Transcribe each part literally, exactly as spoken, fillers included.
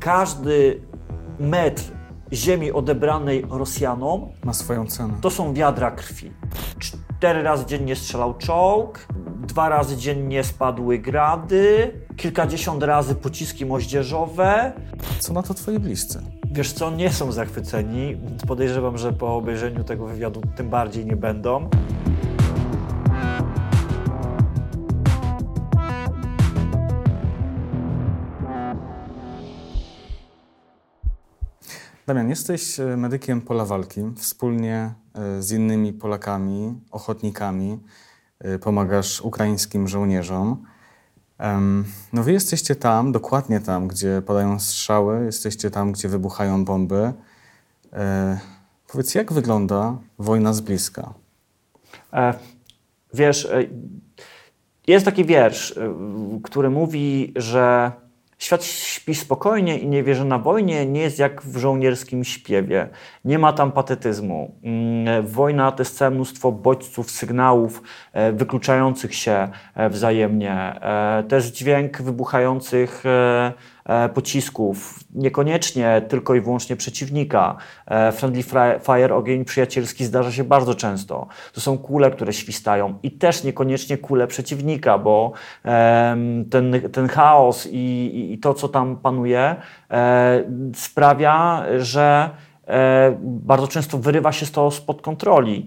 każdy metr ziemi odebranej Rosjanom ma swoją cenę. To są wiadra krwi. Cztery razy dziennie strzelał czołg, dwa razy dziennie spadły grady, kilkadziesiąt razy pociski moździerzowe. Co na to twoi bliscy? Wiesz co, nie są zachwyceni. Podejrzewam, że po obejrzeniu tego wywiadu tym bardziej nie będą. Damian, jesteś medykiem pola walki. Wspólnie z innymi Polakami, ochotnikami pomagasz ukraińskim żołnierzom. No wy jesteście tam, dokładnie tam, gdzie padają strzały, jesteście tam, gdzie wybuchają bomby. Powiedz, jak wygląda wojna z bliska? E, wiesz, jest taki wiersz, który mówi, że świat śpi spokojnie i nie wie, że na wojnie nie jest jak w żołnierskim śpiewie. Nie ma tam patetyzmu. Wojna to jest całe mnóstwo bodźców, sygnałów wykluczających się wzajemnie. To jest dźwięk wybuchających pocisków, niekoniecznie tylko i wyłącznie przeciwnika. Friendly fire, ogień przyjacielski zdarza się bardzo często. To są kule, które świstają i też niekoniecznie kule przeciwnika, bo ten, ten chaos i, i to, co tam panuje, sprawia, że bardzo często wyrywa się to spod kontroli.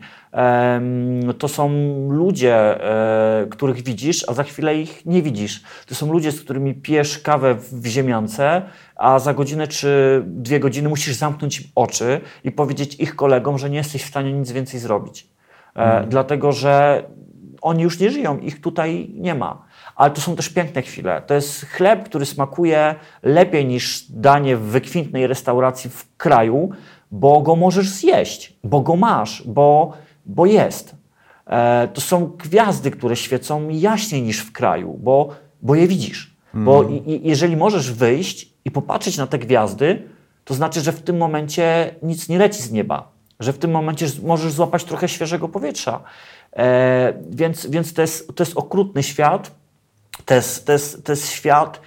To są ludzie, których widzisz, a za chwilę ich nie widzisz. To są ludzie, z którymi pijesz kawę w ziemiance, a za godzinę czy dwie godziny musisz zamknąć im oczy i powiedzieć ich kolegom, że nie jesteś w stanie nic więcej zrobić. Hmm. Dlatego, że oni już nie żyją, ich tutaj nie ma. Ale to są też piękne chwile. To jest chleb, który smakuje lepiej niż danie w wykwintnej restauracji w kraju, bo go możesz zjeść, bo go masz, bo, bo jest. E, to są gwiazdy, które świecą jaśniej niż w kraju, bo, bo je widzisz. Mm. Bo i, i, jeżeli możesz wyjść i popatrzeć na te gwiazdy, to znaczy, że w tym momencie nic nie leci z nieba, że w tym momencie możesz złapać trochę świeżego powietrza. E, więc więc to, jest, to jest okrutny świat. To jest, to jest, to jest świat,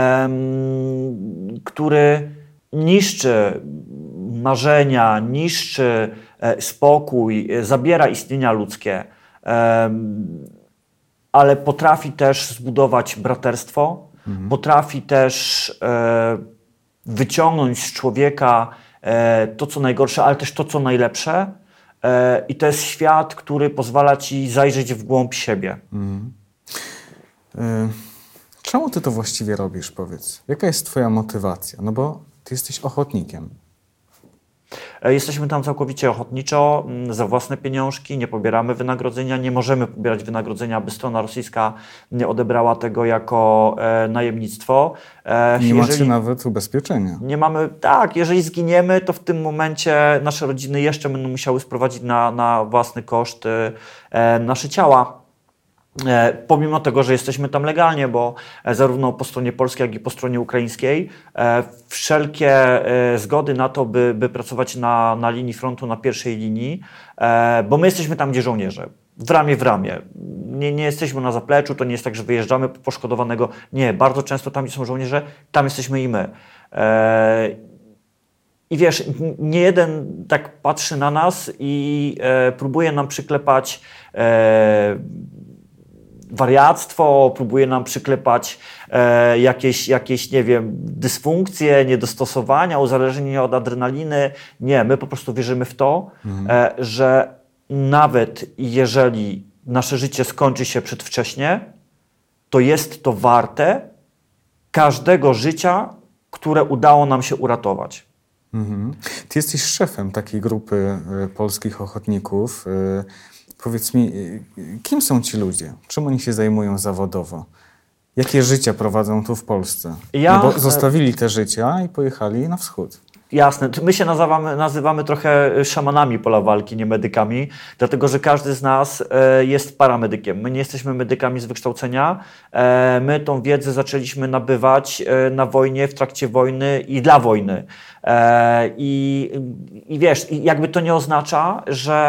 um, który niszczy marzenia, niszczy e, spokój, e, zabiera istnienia ludzkie, um, ale potrafi też zbudować braterstwo, mhm. potrafi też e, wyciągnąć z człowieka e, to, co najgorsze, ale też to, co najlepsze. E, I to jest świat, który pozwala ci zajrzeć w głąb siebie. Mhm. Czemu ty to właściwie robisz, powiedz? Jaka jest twoja motywacja? No bo ty jesteś ochotnikiem. Jesteśmy tam całkowicie ochotniczo, za własne pieniążki, nie pobieramy wynagrodzenia, nie możemy pobierać wynagrodzenia, aby strona rosyjska nie odebrała tego jako e, najemnictwo. E, nie jeżeli, macie nawet ubezpieczenia. Nie mamy, tak, jeżeli zginiemy, to w tym momencie nasze rodziny jeszcze będą musiały sprowadzić na, na własny koszt e, nasze ciała. E, pomimo tego, że jesteśmy tam legalnie, bo e, zarówno po stronie polskiej, jak i po stronie ukraińskiej e, wszelkie e, zgody na to, by, by pracować na, na linii frontu, na pierwszej linii, e, bo my jesteśmy tam, gdzie żołnierze, w ramię w ramię. Nie, nie jesteśmy na zapleczu, to nie jest tak, że wyjeżdżamy po poszkodowanego. Nie, bardzo często tam, gdzie są żołnierze, tam jesteśmy i my. E, I wiesz, nie jeden tak patrzy na nas i e, próbuje nam przyklepać e, wariactwo, próbuje nam przyklepać e, jakieś, jakieś, nie wiem, dysfunkcje, niedostosowania, uzależnienia od adrenaliny. Nie, my po prostu wierzymy w to, mhm. e, że nawet jeżeli nasze życie skończy się przedwcześnie, to jest to warte każdego życia, które udało nam się uratować. Mhm. Ty jesteś szefem takiej grupy y, polskich ochotników. Y, Powiedz mi, kim są ci ludzie? Czym oni się zajmują zawodowo? Jakie życia prowadzą tu w Polsce? Ja, no bo zostawili te życia i pojechali na wschód. Jasne. My się nazywamy, nazywamy trochę szamanami pola walki, nie medykami, dlatego że każdy z nas e, jest paramedykiem. My nie jesteśmy medykami z wykształcenia. E, my tą wiedzę zaczęliśmy nabywać e, na wojnie, w trakcie wojny i dla wojny. E, i, I wiesz, jakby to nie oznacza, że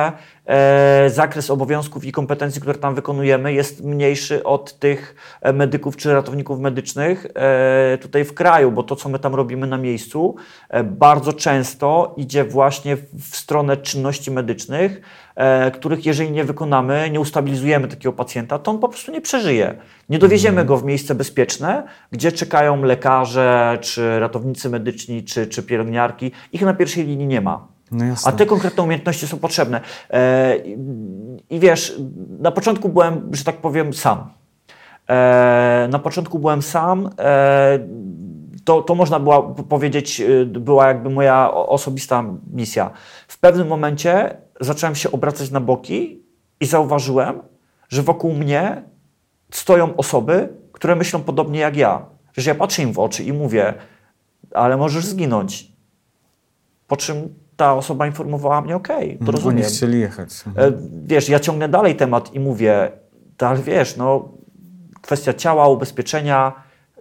e, zakres obowiązków i kompetencji, które tam wykonujemy, jest mniejszy od tych medyków czy ratowników medycznych e, tutaj w kraju, bo to, co my tam robimy na miejscu, e, bardzo często idzie właśnie w stronę czynności medycznych, e, których jeżeli nie wykonamy, nie ustabilizujemy takiego pacjenta, to on po prostu nie przeżyje. Nie dowieziemy go w miejsce bezpieczne, gdzie czekają lekarze, czy ratownicy medyczni, czy, czy pielęgniarki. Ich na pierwszej linii nie ma. No jasne. A te konkretne umiejętności są potrzebne. E, i, I wiesz, na początku byłem, że tak powiem, sam. E, na początku byłem sam. E, to, to można było powiedzieć, była jakby moja osobista misja. W pewnym momencie zacząłem się obracać na boki i zauważyłem, że wokół mnie stoją osoby, które myślą podobnie jak ja. Że ja patrzę im w oczy i mówię, ale możesz zginąć. Po czym ta osoba informowała mnie, okej, okay, to rozumiem. Oni chcieli jechać. Mhm. Wiesz, ja ciągnę dalej temat i mówię, ale wiesz, no, kwestia ciała, ubezpieczenia,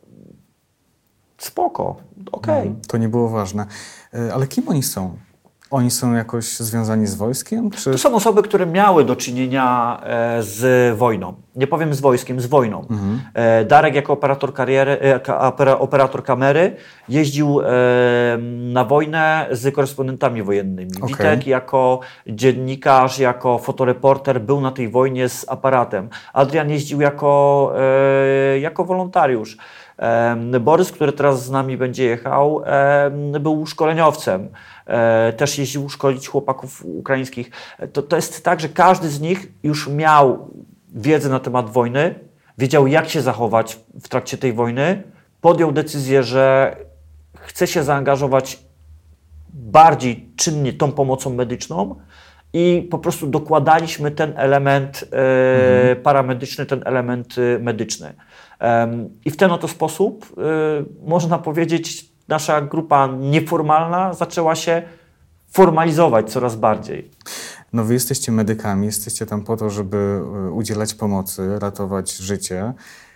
spoko, okej. Okay. To nie było ważne. Ale kim oni są? Oni są jakoś związani z wojskiem? Czy... To są osoby, które miały do czynienia z wojną. Nie powiem z wojskiem, z wojną. Mhm. Darek jako operator kariery, operator kamery jeździł na wojnę z korespondentami wojennymi. Okay. Witek jako dziennikarz, jako fotoreporter był na tej wojnie z aparatem. Adrian jeździł jako, jako wolontariusz. Borys, który teraz z nami będzie jechał, był szkoleniowcem. Też jeździł szkolić chłopaków ukraińskich. To, to jest tak, że każdy z nich już miał wiedzę na temat wojny, wiedział, jak się zachować w trakcie tej wojny, podjął decyzję, że chce się zaangażować bardziej czynnie tą pomocą medyczną i po prostu dokładaliśmy ten element e, mhm. paramedyczny, ten element e, medyczny. E, I w ten oto sposób, e, można powiedzieć, nasza grupa nieformalna zaczęła się formalizować coraz bardziej. No wy jesteście medykami, jesteście tam po to, żeby udzielać pomocy, ratować życie,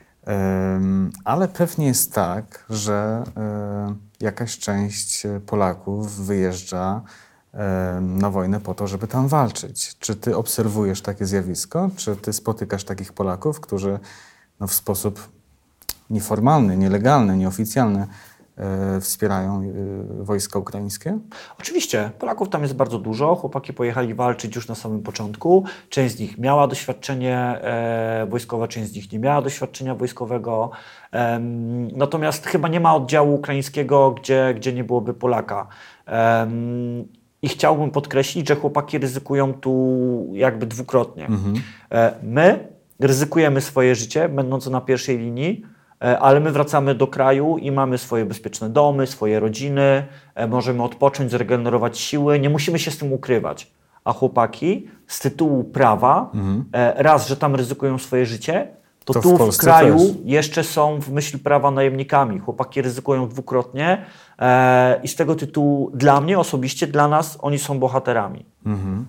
ale pewnie jest tak, że jakaś część Polaków wyjeżdża na wojnę po to, żeby tam walczyć. Czy ty obserwujesz takie zjawisko? Czy ty spotykasz takich Polaków, którzy no, w sposób nieformalny, nielegalny, nieoficjalny wspierają wojska ukraińskie? Oczywiście. Polaków tam jest bardzo dużo. Chłopaki pojechali walczyć już na samym początku. Część z nich miała doświadczenie e, wojskowe, część z nich nie miała doświadczenia wojskowego. E, natomiast chyba nie ma oddziału ukraińskiego, gdzie, gdzie nie byłoby Polaka. E, I chciałbym podkreślić, że chłopaki ryzykują tu jakby dwukrotnie. Mhm. E, my ryzykujemy swoje życie, będąc na pierwszej linii, ale my wracamy do kraju i mamy swoje bezpieczne domy, swoje rodziny, możemy odpocząć, zregenerować siły, nie musimy się z tym ukrywać. A chłopaki z tytułu prawa, mhm. raz, że tam ryzykują swoje życie, to, to tu w, w kraju też. Jeszcze są w myśl prawa najemnikami. Chłopaki ryzykują dwukrotnie e, i z tego tytułu dla mnie osobiście, dla nas, oni są bohaterami. Mhm.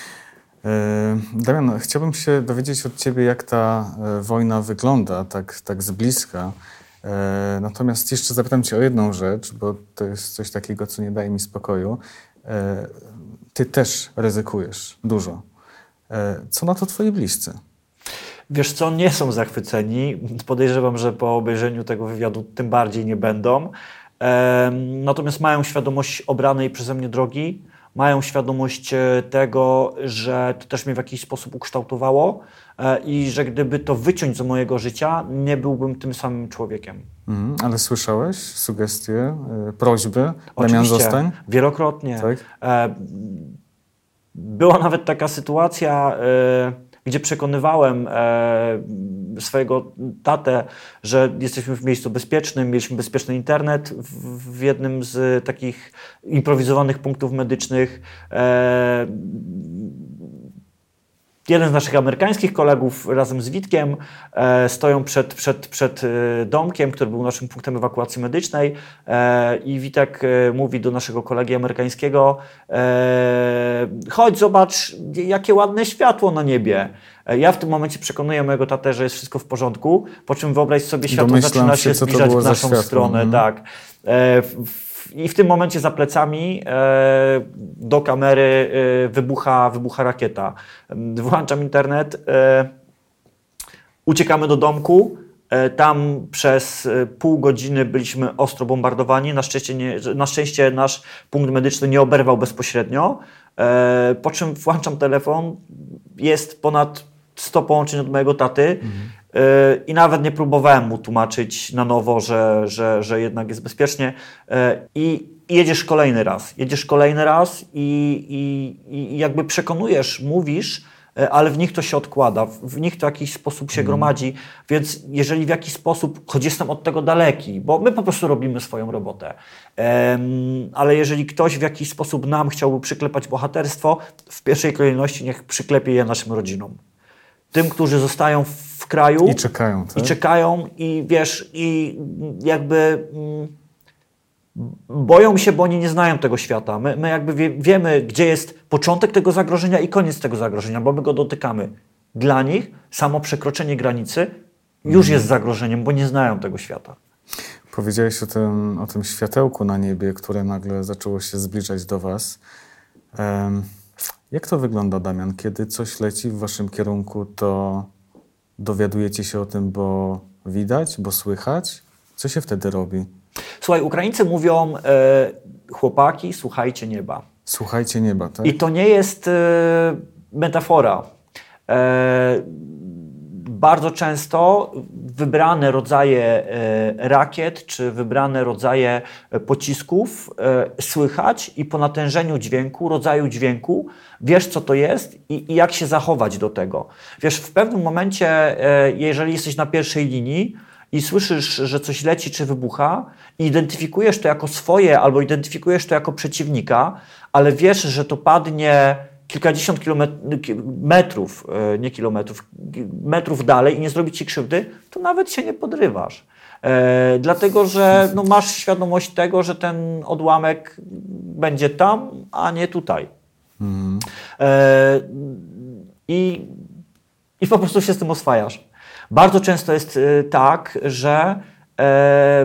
Damian, chciałbym się dowiedzieć od ciebie, jak ta wojna wygląda tak, tak z bliska. Natomiast jeszcze zapytam cię o jedną rzecz, bo to jest coś takiego, co nie daje mi spokoju. Ty też ryzykujesz dużo. Co na to twoi bliscy? Wiesz co, nie są zachwyceni. Podejrzewam, że po obejrzeniu tego wywiadu tym bardziej nie będą. Natomiast mają świadomość obranej przeze mnie drogi. Mają świadomość tego, że to też mnie w jakiś sposób ukształtowało i że gdyby to wyciąć z mojego życia, nie byłbym tym samym człowiekiem. Mm, ale słyszałeś sugestie, prośby, Damian, zostań? Wielokrotnie. Tak? Była nawet taka sytuacja, gdzie przekonywałem swojego tatę, że jesteśmy w miejscu bezpiecznym, mieliśmy bezpieczny internet w, w jednym z takich improwizowanych punktów medycznych. E, jeden z naszych amerykańskich kolegów razem z Witkiem e, stoją przed, przed, przed domkiem, który był naszym punktem ewakuacji medycznej e, i Witek e, mówi do naszego kolegi amerykańskiego: e, chodź, zobacz, jakie ładne światło na niebie. Ja w tym momencie przekonuję mojego tatę, że jest wszystko w porządku, po czym wyobraź sobie, światło Domyślam zaczyna się, się zbliżać w naszą światło, stronę. hmm. Tak. E, w, I w tym momencie za plecami e, do kamery e, wybucha, wybucha rakieta. Włączam internet, e, uciekamy do domku. E, tam przez e, pół godziny byliśmy ostro bombardowani. Na szczęście, nie, na szczęście nasz punkt medyczny nie oberwał bezpośrednio. E, po czym włączam telefon. Jest ponad sto połączeń od mojego taty. Mhm. I nawet nie próbowałem mu tłumaczyć na nowo, że, że, że jednak jest bezpiecznie. I, i jedziesz kolejny raz. Jedziesz kolejny raz i, i, i jakby przekonujesz, mówisz, ale w nich to się odkłada, w nich to w jakiś sposób się mm. gromadzi, więc jeżeli w jakiś sposób, choć jestem od tego daleki, bo my po prostu robimy swoją robotę, um, ale jeżeli ktoś w jakiś sposób nam chciałby przyklepać bohaterstwo, w pierwszej kolejności niech przyklepie je naszym rodzinom. Tym, którzy zostają w kraju i czekają, tak? i czekają i wiesz, i jakby mm, boją się, bo oni nie znają tego świata. My, my jakby wie, wiemy, gdzie jest początek tego zagrożenia i koniec tego zagrożenia, bo my go dotykamy. Dla nich samo przekroczenie granicy już jest zagrożeniem, bo nie znają tego świata. Powiedziałeś o tym, o tym światełku na niebie, które nagle zaczęło się zbliżać do was. Um, Jak to wygląda, Damian? Kiedy coś leci w waszym kierunku, to dowiadujecie się o tym, bo widać, bo słychać? Co się wtedy robi? Słuchaj, Ukraińcy mówią, e, chłopaki, słuchajcie nieba. Słuchajcie nieba, tak? I to nie jest e, metafora. E, bardzo często wybrane rodzaje e, rakiet czy wybrane rodzaje e, pocisków e, słychać i po natężeniu dźwięku, rodzaju dźwięku wiesz, co to jest i, i jak się zachować do tego. Wiesz, w pewnym momencie, e, jeżeli jesteś na pierwszej linii i słyszysz, że coś leci czy wybucha i identyfikujesz to jako swoje albo identyfikujesz to jako przeciwnika, ale wiesz, że to padnie kilkadziesiąt kilometrów, nie kilometrów, metrów dalej i nie zrobi ci krzywdy, to nawet się nie podrywasz. E, dlatego, że no, masz świadomość tego, że ten odłamek będzie tam, a nie tutaj. Mhm. E, i, I po prostu się z tym oswajasz. Bardzo często jest e, tak, że e,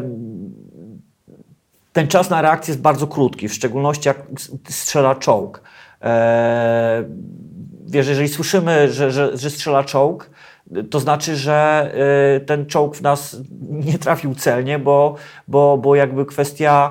ten czas na reakcję jest bardzo krótki, w szczególności jak strzela czołg. Eee, wiesz, jeżeli słyszymy, że, że, że strzela czołg, to znaczy, że y, ten czołg w nas nie trafił celnie, bo, bo, bo jakby kwestia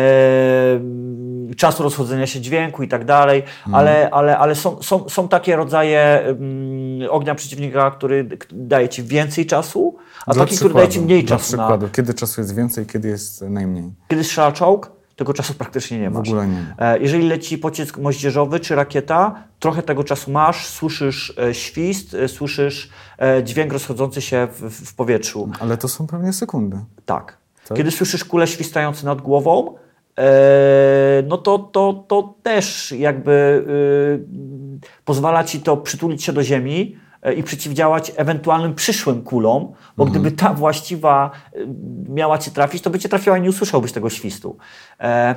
y, czasu rozchodzenia się dźwięku i tak dalej, hmm. ale, ale, ale są, są, są takie rodzaje y, ognia przeciwnika, który daje ci więcej czasu, a dla taki, który daje ci mniej dla czasu. Przykładu, na... kiedy czasu jest więcej, kiedy jest najmniej? Kiedy strzela czołg, tego czasu praktycznie nie masz. W ogóle nie. Jeżeli leci pocisk moździerzowy czy rakieta, trochę tego czasu masz, słyszysz świst, słyszysz dźwięk rozchodzący się w, w powietrzu. Ale to są pewnie sekundy. Tak. tak? Kiedy słyszysz kulę świstające nad głową, no to, to, to też jakby pozwala ci to przytulić się do ziemi i przeciwdziałać ewentualnym przyszłym kulom, bo mhm. gdyby ta właściwa miała cię trafić, to by cię trafiła i nie usłyszałbyś tego świstu. E,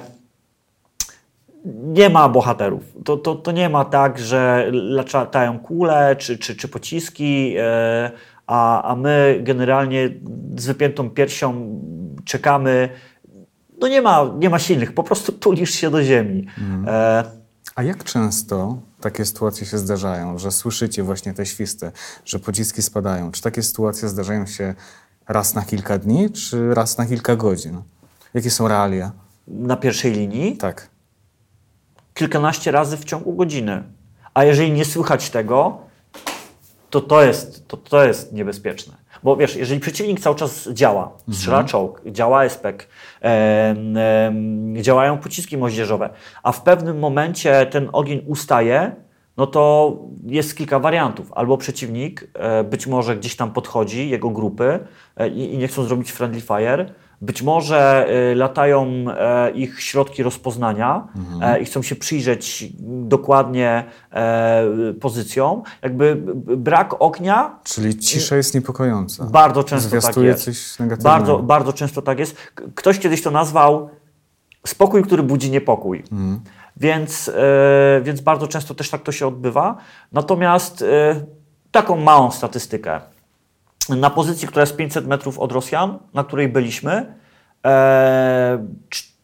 nie ma bohaterów. To, to, to nie ma tak, że latają kule czy, czy, czy pociski, e, a, a my generalnie z wypiętą piersią czekamy. No nie ma, nie ma silnych, po prostu tulisz się do ziemi. Mhm. E, A jak często takie sytuacje się zdarzają, że słyszycie właśnie te świsty, że pociski spadają? Czy takie sytuacje zdarzają się raz na kilka dni, czy raz na kilka godzin? Jakie są realia? Na pierwszej linii? Tak. Kilkanaście razy w ciągu godziny. A jeżeli nie słychać tego, to to jest, to, to jest niebezpieczne. Bo wiesz, jeżeli przeciwnik cały czas działa, strzela mhm. czołg, działa espek, e, e, działają pociski moździerzowe, a w pewnym momencie ten ogień ustaje, no to jest kilka wariantów. Albo przeciwnik e, być może gdzieś tam podchodzi, jego grupy e, i, i nie chcą zrobić friendly fire, być może y, latają y, ich środki rozpoznania mhm. y, i chcą się przyjrzeć dokładnie y, pozycjom. Jakby brak ognia... Czyli cisza jest niepokojąca. Bardzo często tak jest. Coś negatywnego. Bardzo, bardzo często tak jest. Ktoś kiedyś to nazwał spokój, który budzi niepokój. Mhm. Więc, y, więc bardzo często też tak to się odbywa. Natomiast y, taką małą statystykę. Na pozycji, która jest pięćset metrów od Rosjan, na której byliśmy, e,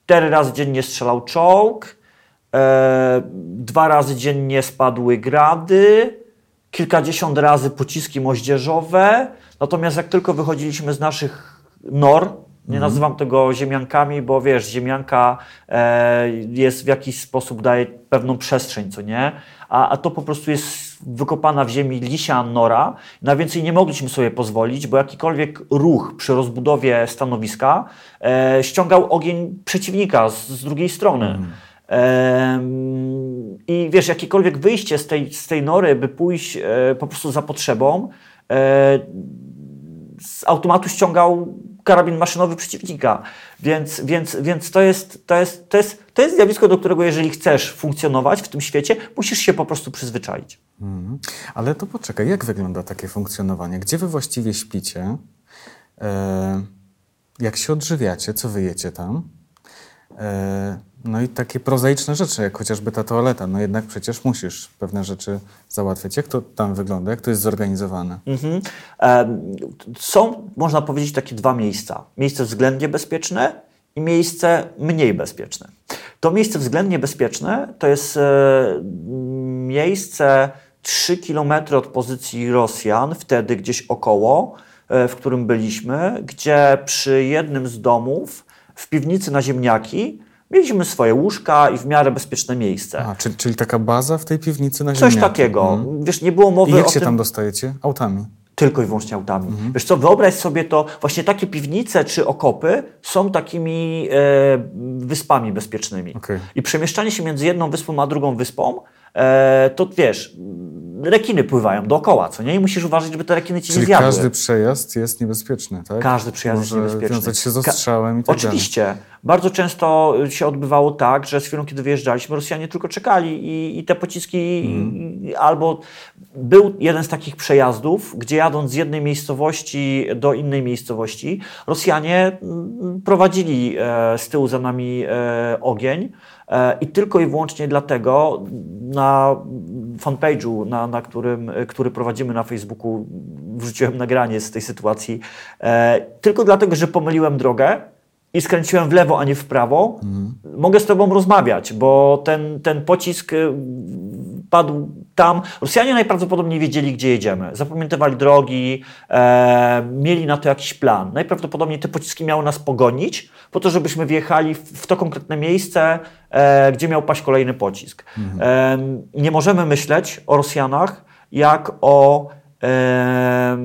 cztery razy dziennie strzelał czołg, e, dwa razy dziennie spadły grady, kilkadziesiąt razy pociski moździerzowe. Natomiast jak tylko wychodziliśmy z naszych nor, nie nazywam tego ziemiankami, bo wiesz, ziemianka e, jest w jakiś sposób, daje pewną przestrzeń, co nie? A, a to po prostu jest wykopana w ziemi lisia nora. Na więcej nie mogliśmy sobie pozwolić, bo jakikolwiek ruch przy rozbudowie stanowiska e, ściągał ogień przeciwnika z, z drugiej strony. Mm. E, I wiesz, jakiekolwiek wyjście z tej, z tej nory, by pójść e, po prostu za potrzebą, e, z automatu ściągał karabin maszynowy przeciwnika. Więc, więc, więc to, jest, to, jest, to, jest, to jest zjawisko, do którego jeżeli chcesz funkcjonować w tym świecie, musisz się po prostu przyzwyczaić. Mhm. Ale to poczekaj, jak wygląda takie funkcjonowanie? Gdzie wy właściwie śpicie? E, jak się odżywiacie? Co wy jecie tam? E, no i takie prozaiczne rzeczy, jak chociażby ta toaleta. No jednak przecież musisz pewne rzeczy załatwiać. Jak to tam wygląda? Jak to jest zorganizowane? Mhm. E, są, można powiedzieć, takie dwa miejsca. Miejsce względnie bezpieczne i miejsce mniej bezpieczne. To miejsce względnie bezpieczne to jest e, miejsce trzy kilometry od pozycji Rosjan, wtedy gdzieś około, e, w którym byliśmy, gdzie przy jednym z domów w piwnicy na ziemniaki mieliśmy swoje łóżka i w miarę bezpieczne miejsce. A, czyli, czyli taka baza w tej piwnicy na Coś ziemniaki. takiego. Mhm. Wiesz, nie było mowy I jak o się tym... tam dostajecie? Autami? Tylko i wyłącznie autami. Mhm. Wiesz co, wyobraź sobie to, właśnie takie piwnice czy okopy są takimi e, wyspami bezpiecznymi. Okay. I przemieszczanie się między jedną wyspą a drugą wyspą, e, to wiesz, rekiny pływają dookoła, co nie? I musisz uważać, żeby te rekiny ci Czyli nie zjadły. każdy przejazd jest niebezpieczny, tak? Każdy przejazd Może jest niebezpieczny. wiązać się z ostrzałem i tak Oczywiście. dalej. Bardzo często się odbywało tak, że z chwilą, kiedy wyjeżdżaliśmy, Rosjanie tylko czekali i, i te pociski mm. albo... Był jeden z takich przejazdów, gdzie jadąc z jednej miejscowości do innej miejscowości, Rosjanie prowadzili e, z tyłu za nami e, ogień e, i tylko i wyłącznie dlatego na fanpage'u, na, na którym, który prowadzimy na Facebooku, wrzuciłem nagranie z tej sytuacji, e, tylko dlatego, że pomyliłem drogę i skręciłem w lewo, a nie w prawo, mhm. mogę z tobą rozmawiać, bo ten, ten pocisk padł tam. Rosjanie najprawdopodobniej wiedzieli, gdzie jedziemy. Zapamiętywali drogi, e, mieli na to jakiś plan. Najprawdopodobniej te pociski miały nas pogonić, po to, żebyśmy wjechali w, w to konkretne miejsce, e, gdzie miał paść kolejny pocisk. Mhm. E, nie możemy myśleć o Rosjanach jak o e,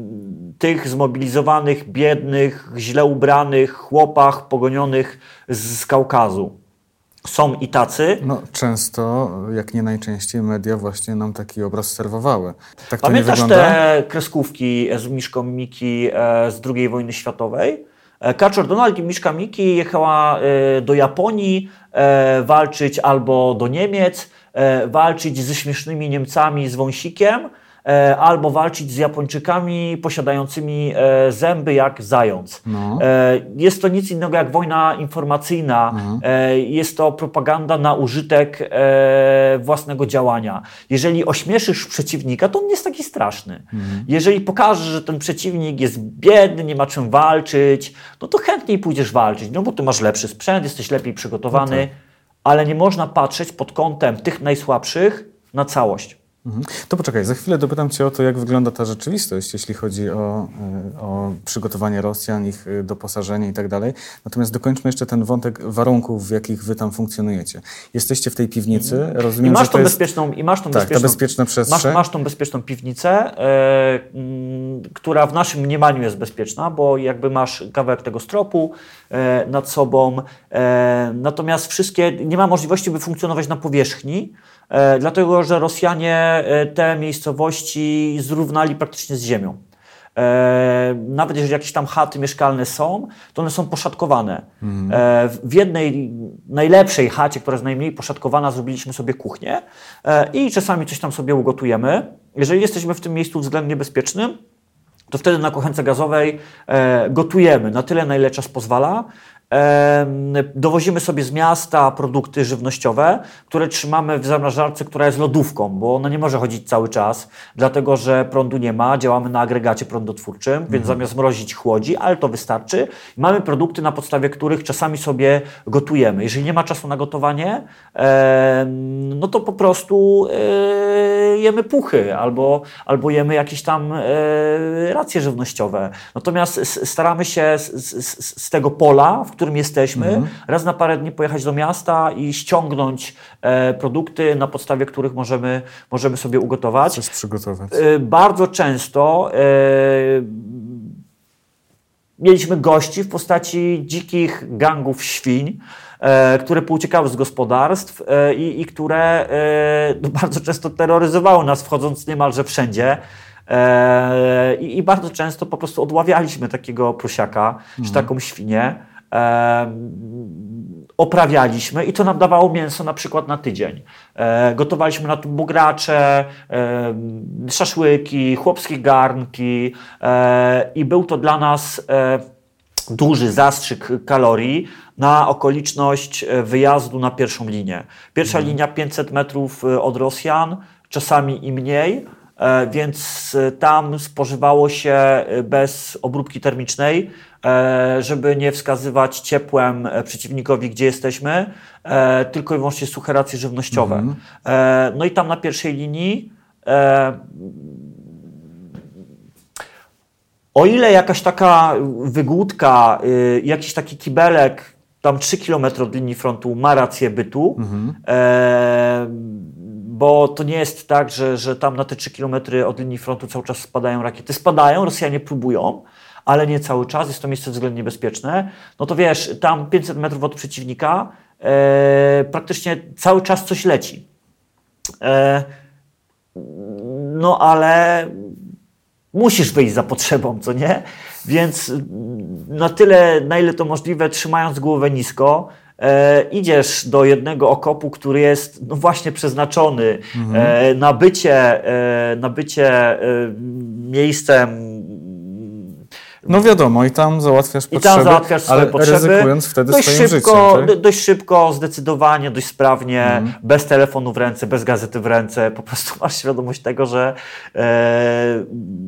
tych zmobilizowanych, biednych, źle ubranych chłopach pogonionych z Kaukazu. Są i tacy. No, często, jak nie najczęściej, media właśnie nam taki obraz serwowały. Tak to Pamiętasz nie wygląda? te kreskówki z Miszką Miki z drugiej wojny światowej? Kaczor Donald i Miszka Miki jechała do Japonii walczyć albo do Niemiec, walczyć ze śmiesznymi Niemcami z wąsikiem, albo walczyć z Japończykami posiadającymi zęby jak zając. No. Jest to nic innego jak wojna informacyjna. Mhm. Jest to propaganda na użytek własnego działania. Jeżeli ośmieszysz przeciwnika, to on nie jest taki straszny. Mhm. Jeżeli pokażesz, że ten przeciwnik jest biedny, nie ma czym walczyć, no to chętniej pójdziesz walczyć, no bo ty masz lepszy sprzęt, jesteś lepiej przygotowany, no tak. Ale nie można patrzeć pod kątem tych najsłabszych na całość. To poczekaj, za chwilę dopytam Cię o to, jak wygląda ta rzeczywistość, jeśli chodzi o, o przygotowanie Rosjan, ich doposażenie i tak dalej. Natomiast dokończmy jeszcze ten wątek warunków, w jakich Wy tam funkcjonujecie. Jesteście w tej piwnicy, mm. rozumiem, I masz że tą to jest... bezpieczną, i masz tą tak, bezpieczną, ta bezpieczna przestrzeń. Masz, masz tą bezpieczną piwnicę, yy, yy, która w naszym mniemaniu jest bezpieczna, bo jakby masz kawałek tego stropu yy, nad sobą. Yy, natomiast wszystkie, nie ma możliwości, by funkcjonować na powierzchni, E, dlatego, że Rosjanie e, te miejscowości zrównali praktycznie z ziemią. E, nawet jeżeli jakieś tam chaty mieszkalne są, to one są poszatkowane. Mhm. E, w jednej najlepszej chacie, która jest najmniej poszatkowana, zrobiliśmy sobie kuchnię e, i czasami coś tam sobie ugotujemy. Jeżeli jesteśmy w tym miejscu względnie bezpiecznym, to wtedy na kuchence gazowej e, gotujemy na tyle, na ile czas pozwala Dowozimy sobie z miasta produkty żywnościowe, które trzymamy w zamrażarce, która jest lodówką, bo ona nie może chodzić cały czas, dlatego że prądu nie ma, działamy na agregacie prądotwórczym, mhm. więc zamiast mrozić chłodzi, ale to wystarczy. Mamy produkty, na podstawie których czasami sobie gotujemy. Jeżeli nie ma czasu na gotowanie, no to po prostu jemy puchy albo, albo jemy jakieś tam racje żywnościowe. Natomiast staramy się z, z, z tego pola, w którym jesteśmy, mhm. raz na parę dni pojechać do miasta i ściągnąć e, produkty, na podstawie których możemy, możemy sobie ugotować. Coś przygotować. E, bardzo często e, mieliśmy gości w postaci dzikich gangów świń, e, które pouciekały z gospodarstw e, i, i które e, no, bardzo często terroryzowały nas, wchodząc niemalże wszędzie. E, i, I bardzo często po prostu odławialiśmy takiego prosiaka, mhm. czy taką świnię. E, oprawialiśmy i to nam dawało mięso na przykład na tydzień. E, gotowaliśmy na to bugracze, e, szaszłyki, chłopskie garnki e, i był to dla nas e, duży zastrzyk kalorii na okoliczność wyjazdu na pierwszą linię. Pierwsza mhm. linia pięćset metrów od Rosjan, czasami i mniej, e, więc tam spożywało się bez obróbki termicznej, żeby nie wskazywać ciepłem przeciwnikowi, gdzie jesteśmy, tylko i wyłącznie suche racje żywnościowe. Mhm. No i tam na pierwszej linii, o ile jakaś taka wygódka, jakiś taki kibelek, tam trzy kilometry od linii frontu ma rację bytu, mhm. bo to nie jest tak, że, że tam na te trzy kilometry od linii frontu cały czas spadają rakiety. Spadają, Rosjanie próbują, ale nie cały czas, jest to miejsce względnie bezpieczne, no to wiesz, tam pięćset metrów od przeciwnika e, praktycznie cały czas coś leci. E, no ale musisz wyjść za potrzebą, co nie? Więc na tyle, na ile to możliwe, trzymając głowę nisko, E, idziesz do jednego okopu, który jest no właśnie przeznaczony mhm. e, na bycie, e, na bycie e, miejscem. No wiadomo, i tam załatwiasz I potrzeby, tam załatwiasz swoje ale potrzeby, ryzykując wtedy dość swoim szybko, życiem. Tak? Dość szybko, zdecydowanie, dość sprawnie, mm. bez telefonu w ręce, bez gazety w ręce, po prostu masz świadomość tego, że, e,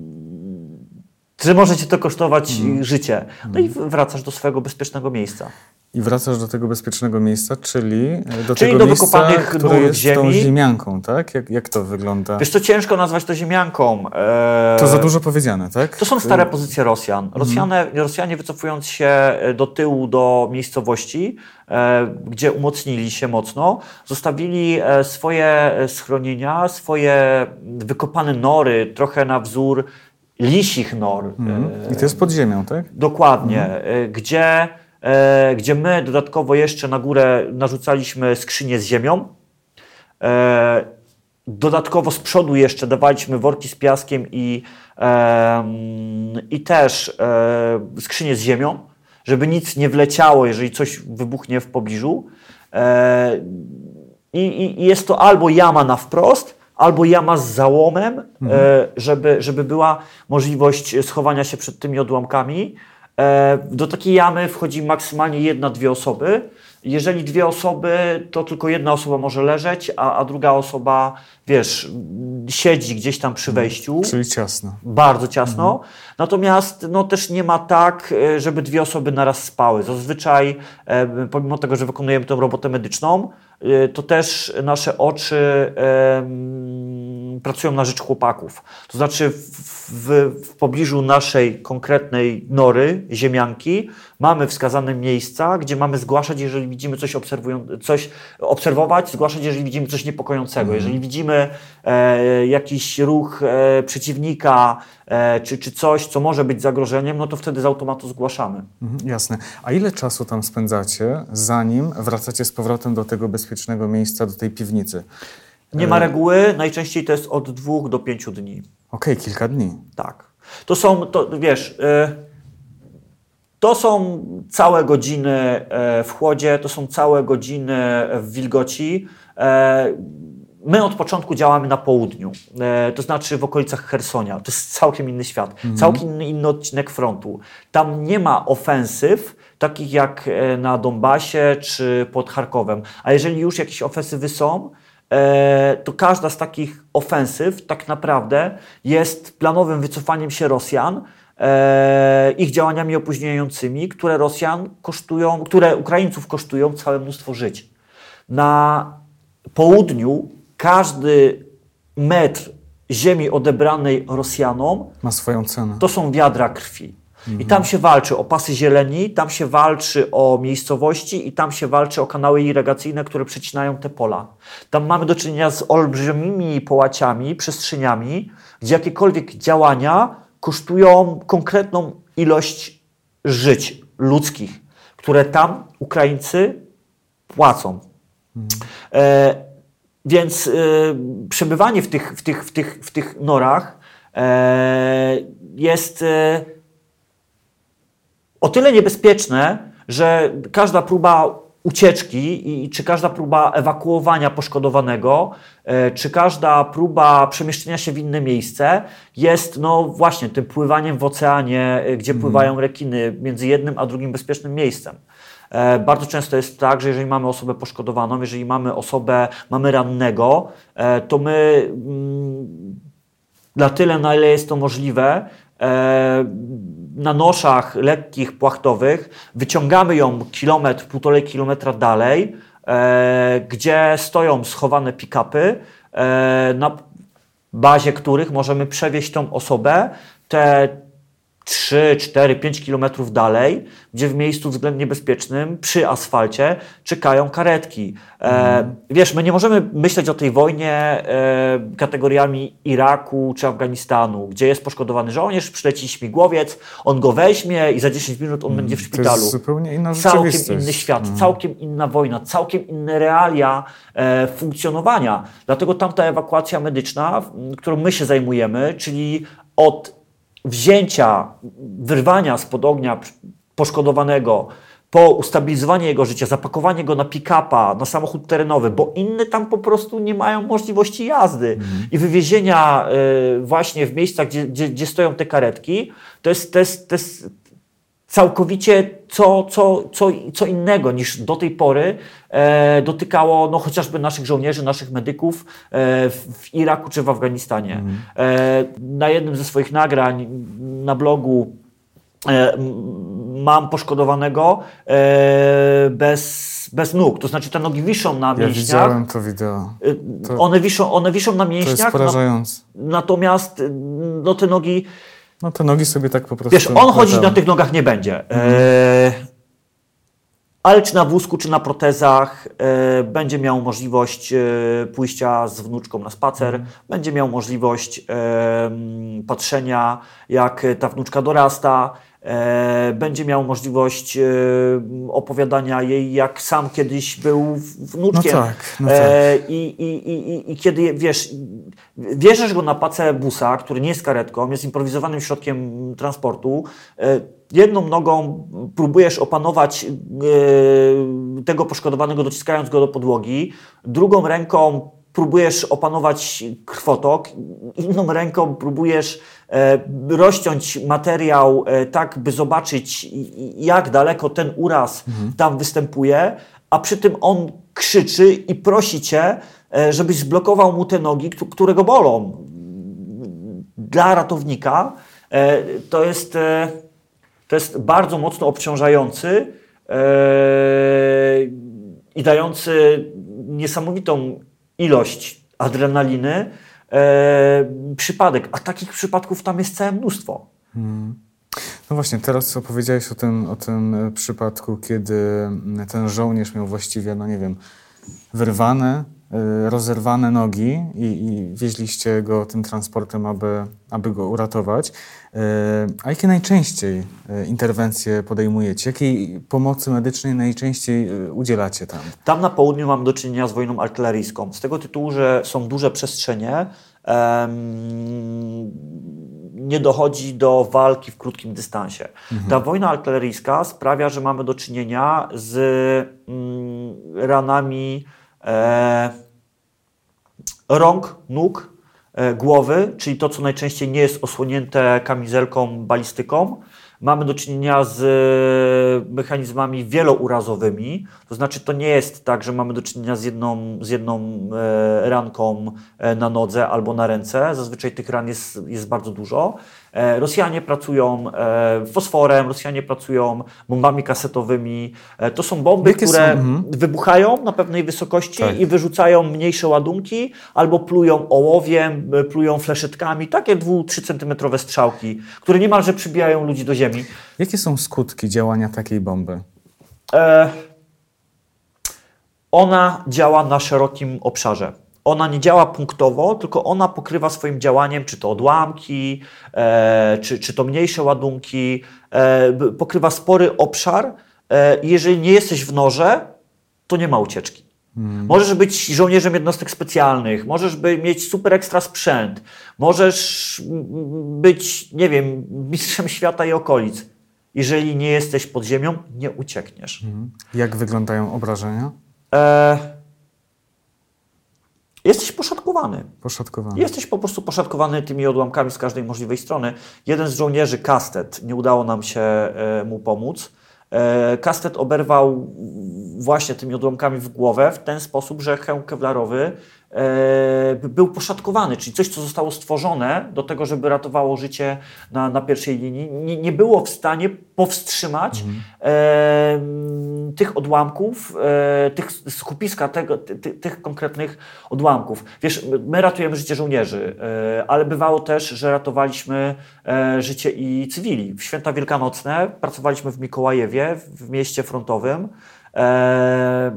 że może cię to kosztować mm. życie. No mm. i wracasz do swojego bezpiecznego miejsca. I wracasz do tego bezpiecznego miejsca, czyli do czyli tego do miejsca, wykopanych które jest ziemi. tą ziemianką, tak? Jak, jak to wygląda? Wiesz, to ciężko nazwać to ziemianką. Eee, to za dużo powiedziane, tak? To są stare pozycje Rosjan. Rosjanie, mm. Rosjanie wycofując się do tyłu do miejscowości, e, gdzie umocnili się mocno, zostawili e, swoje schronienia, swoje wykopane nory, trochę na wzór lisich nor. Mm. I to jest pod ziemią, tak? Dokładnie. Mm. E, gdzie... E, gdzie my dodatkowo jeszcze na górę narzucaliśmy skrzynię z ziemią. E, dodatkowo z przodu jeszcze dawaliśmy worki z piaskiem i, e, i też e, skrzynię z ziemią, żeby nic nie wleciało, jeżeli coś wybuchnie w pobliżu. E, i, I jest to albo jama na wprost, albo jama z załomem, mhm. e, żeby, żeby była możliwość schowania się przed tymi odłamkami. Do takiej jamy wchodzi maksymalnie jedna, dwie osoby. Jeżeli dwie osoby, to tylko jedna osoba może leżeć, a, a druga osoba, wiesz, siedzi gdzieś tam przy wejściu. Czyli ciasno. Bardzo ciasno. Mhm. Natomiast no, też nie ma tak, żeby dwie osoby naraz spały. Zazwyczaj, e, pomimo tego, że wykonujemy tę robotę medyczną, e, to też nasze oczy e, pracują na rzecz chłopaków. To znaczy w, w, w pobliżu naszej konkretnej nory, ziemianki, mamy wskazane miejsca, gdzie mamy zgłaszać, jeżeli widzimy coś, obserwują, coś obserwować, zgłaszać, jeżeli widzimy coś niepokojącego. Mhm. Jeżeli widzimy e, jakiś ruch e, przeciwnika, e, czy, czy coś, co może być zagrożeniem, no to wtedy z automatu zgłaszamy. Mhm, jasne. A ile czasu tam spędzacie, zanim wracacie z powrotem do tego bezpiecznego miejsca, do tej piwnicy? Nie ma reguły, najczęściej to jest od dwóch do pięciu dni. Okej, okay, kilka dni. Tak. To są, to, wiesz... E, To są całe godziny w chłodzie, to są całe godziny w wilgoci. My od początku działamy na południu, to znaczy w okolicach Chersonia. To jest całkiem inny świat, mhm. całkiem inny, inny odcinek frontu. Tam nie ma ofensyw, takich jak e, na Donbasie czy pod Charkowem. A jeżeli już jakieś ofensywy są, e, to każda z takich ofensyw tak naprawdę jest planowym wycofaniem się Rosjan, e, ich działaniami opóźniającymi, które Rosjan kosztują, które Ukraińców kosztują całe mnóstwo żyć. Na południu każdy metr ziemi odebranej Rosjanom Ma swoją cenę. to są wiadra krwi. I tam się walczy o pasy zieleni, tam się walczy o miejscowości i tam się walczy o kanały irygacyjne, które przecinają te pola. Tam mamy do czynienia z olbrzymimi połaciami, przestrzeniami, gdzie jakiekolwiek działania kosztują konkretną ilość żyć ludzkich, które tam Ukraińcy płacą. E, więc e, przebywanie w tych, w tych, w tych, w tych norach e, jest e, o tyle niebezpieczne, że każda próba ucieczki i czy każda próba ewakuowania poszkodowanego, e, czy każda próba przemieszczenia się w inne miejsce jest no właśnie tym pływaniem w oceanie, e, gdzie pływają rekiny między jednym a drugim bezpiecznym miejscem. E, bardzo często jest tak, że jeżeli mamy osobę poszkodowaną, jeżeli mamy osobę, mamy rannego, e, to my mm, na tyle, na ile jest to możliwe, e, na noszach lekkich, płachtowych wyciągamy ją kilometr, półtorej kilometra dalej, e, gdzie stoją schowane pick-upy, e, na bazie których możemy przewieźć tą osobę te trzy, cztery, pięć kilometrów dalej, gdzie w miejscu względnie bezpiecznym, przy asfalcie, czekają karetki. E, mm. Wiesz, my nie możemy myśleć o tej wojnie e, kategoriami Iraku czy Afganistanu, gdzie jest poszkodowany żołnierz, przyleci śmigłowiec, on go weźmie i za dziesięć minut on mm. będzie w szpitalu. To jest zupełnie inna Całkiem rzeczywistość. inny świat, Mm. całkiem inna wojna, całkiem inne realia e, funkcjonowania. Dlatego tamta ewakuacja medyczna, w, którą my się zajmujemy, czyli od wzięcia, wyrwania spod ognia poszkodowanego, po ustabilizowanie jego życia, zapakowanie go na pick-upa, na samochód terenowy, bo inne tam po prostu nie mają możliwości jazdy mm. i wywiezienia y, właśnie w miejscach, gdzie, gdzie, gdzie stoją te karetki, to jest, to jest, to jest całkowicie co, co, co, co innego niż do tej pory e, dotykało no, chociażby naszych żołnierzy, naszych medyków e, w, w Iraku czy w Afganistanie. Mm. E, na jednym ze swoich nagrań na blogu e, mam poszkodowanego e, bez, bez nóg, to znaczy te nogi wiszą na mięśniach. Ja widziałem to wideo. To, one, wiszą, one wiszą na mięśniach. To jest porażające. No, natomiast no, te nogi No te nogi sobie tak po prostu... Wiesz, on chodzić na tych nogach nie będzie. Mhm. E, ale czy na wózku, czy na protezach e, będzie miał możliwość e, pójścia z wnuczką na spacer, mhm. będzie miał możliwość e, patrzenia, jak ta wnuczka dorasta, e, będzie miał możliwość e, opowiadania jej, jak sam kiedyś był wnuczkiem. No tak, no tak. E, i, i, i, I kiedy, wiesz, wjeżdżasz go na pacę busa, który nie jest karetką, jest improwizowanym środkiem transportu, e, jedną nogą próbujesz opanować e, tego poszkodowanego, dociskając go do podłogi, drugą ręką próbujesz opanować krwotok, inną ręką próbujesz e, rozciąć materiał e, tak, by zobaczyć, jak daleko ten uraz mhm. tam występuje, a przy tym on krzyczy i prosi cię, e, żebyś zblokował mu te nogi, które go bolą. Dla ratownika e, to jest, e, to jest bardzo mocno obciążający e, i dający niesamowitą ilość adrenaliny, e, przypadek, a takich przypadków tam jest całe mnóstwo. Hmm. No właśnie, teraz opowiedziałeś o tym, o tym przypadku, kiedy ten żołnierz miał właściwie, no nie wiem, wyrwane, y, rozerwane nogi i, i wieźliście go tym transportem, aby, aby go uratować. Y, a jakie najczęściej y, interwencje podejmujecie? Jakiej pomocy medycznej najczęściej y, udzielacie tam? Tam na południu mam do czynienia z wojną artyleryjską. Z tego tytułu, że są duże przestrzenie, em, nie dochodzi do walki w krótkim dystansie. Mhm. Ta wojna artyleryjska sprawia, że mamy do czynienia z mm, ranami e, rąk, nóg, e, głowy, czyli to, co najczęściej nie jest osłonięte kamizelką, balistyką, mamy do czynienia z mechanizmami wielourazowymi, to znaczy to nie jest tak, że mamy do czynienia z jedną, z jedną ranką na nodze albo na ręce, zazwyczaj tych ran jest, jest bardzo dużo. Rosjanie pracują fosforem, Rosjanie pracują bombami kasetowymi. To są bomby, Jakie które są? Mhm. wybuchają na pewnej wysokości Tak. i wyrzucają mniejsze ładunki, albo plują ołowiem, plują fleszetkami, takie dwu-trzy centymetrowe strzałki, które niemalże przybijają ludzi do ziemi. Jakie są skutki działania takiej bomby? E, ona działa na szerokim obszarze. Ona nie działa punktowo, tylko ona pokrywa swoim działaniem, czy to odłamki, e, czy, czy to mniejsze ładunki, e, pokrywa spory obszar. E, jeżeli nie jesteś w norze, to nie ma ucieczki. Hmm. Możesz być żołnierzem jednostek specjalnych, możesz by mieć super ekstra sprzęt, możesz być, nie wiem, mistrzem świata i okolic. Jeżeli nie jesteś pod ziemią, nie uciekniesz. Hmm. Jak wyglądają obrażenia? E, Jesteś poszatkowany. Poszatkowany. Jesteś po prostu poszatkowany tymi odłamkami z każdej możliwej strony. Jeden z żołnierzy, Kastet, nie udało nam się e, mu pomóc. E, Kastet oberwał właśnie tymi odłamkami w głowę w ten sposób, że hełm kewlarowy e, był poszatkowany, czyli coś, co zostało stworzone do tego, żeby ratowało życie na, na pierwszej linii, nie, nie było w stanie powstrzymać mhm. e, tych odłamków, e, tych skupiska tego, ty, ty, tych konkretnych odłamków. Wiesz, my ratujemy życie żołnierzy, e, ale bywało też, że ratowaliśmy e, życie i cywili. W święta wielkanocne pracowaliśmy w Mikołajewie, w mieście frontowym e,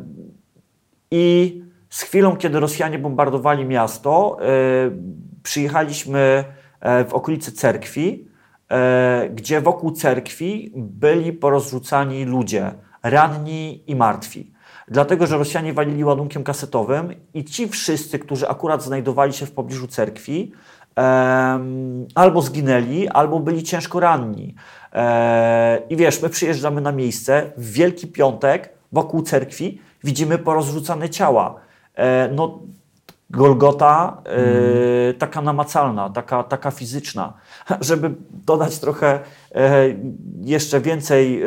i z chwilą, kiedy Rosjanie bombardowali miasto, e, przyjechaliśmy w okolice cerkwi, e, gdzie wokół cerkwi byli porozrzucani ludzie, ranni i martwi. Dlatego, że Rosjanie walili ładunkiem kasetowym i ci wszyscy, którzy akurat znajdowali się w pobliżu cerkwi, e, albo zginęli, albo byli ciężko ranni. E, I wiesz, my przyjeżdżamy na miejsce, w Wielki Piątek wokół cerkwi widzimy porozrzucane ciała. E, no, Golgota e, taka namacalna, taka, taka fizyczna. Żeby dodać trochę e, jeszcze więcej e,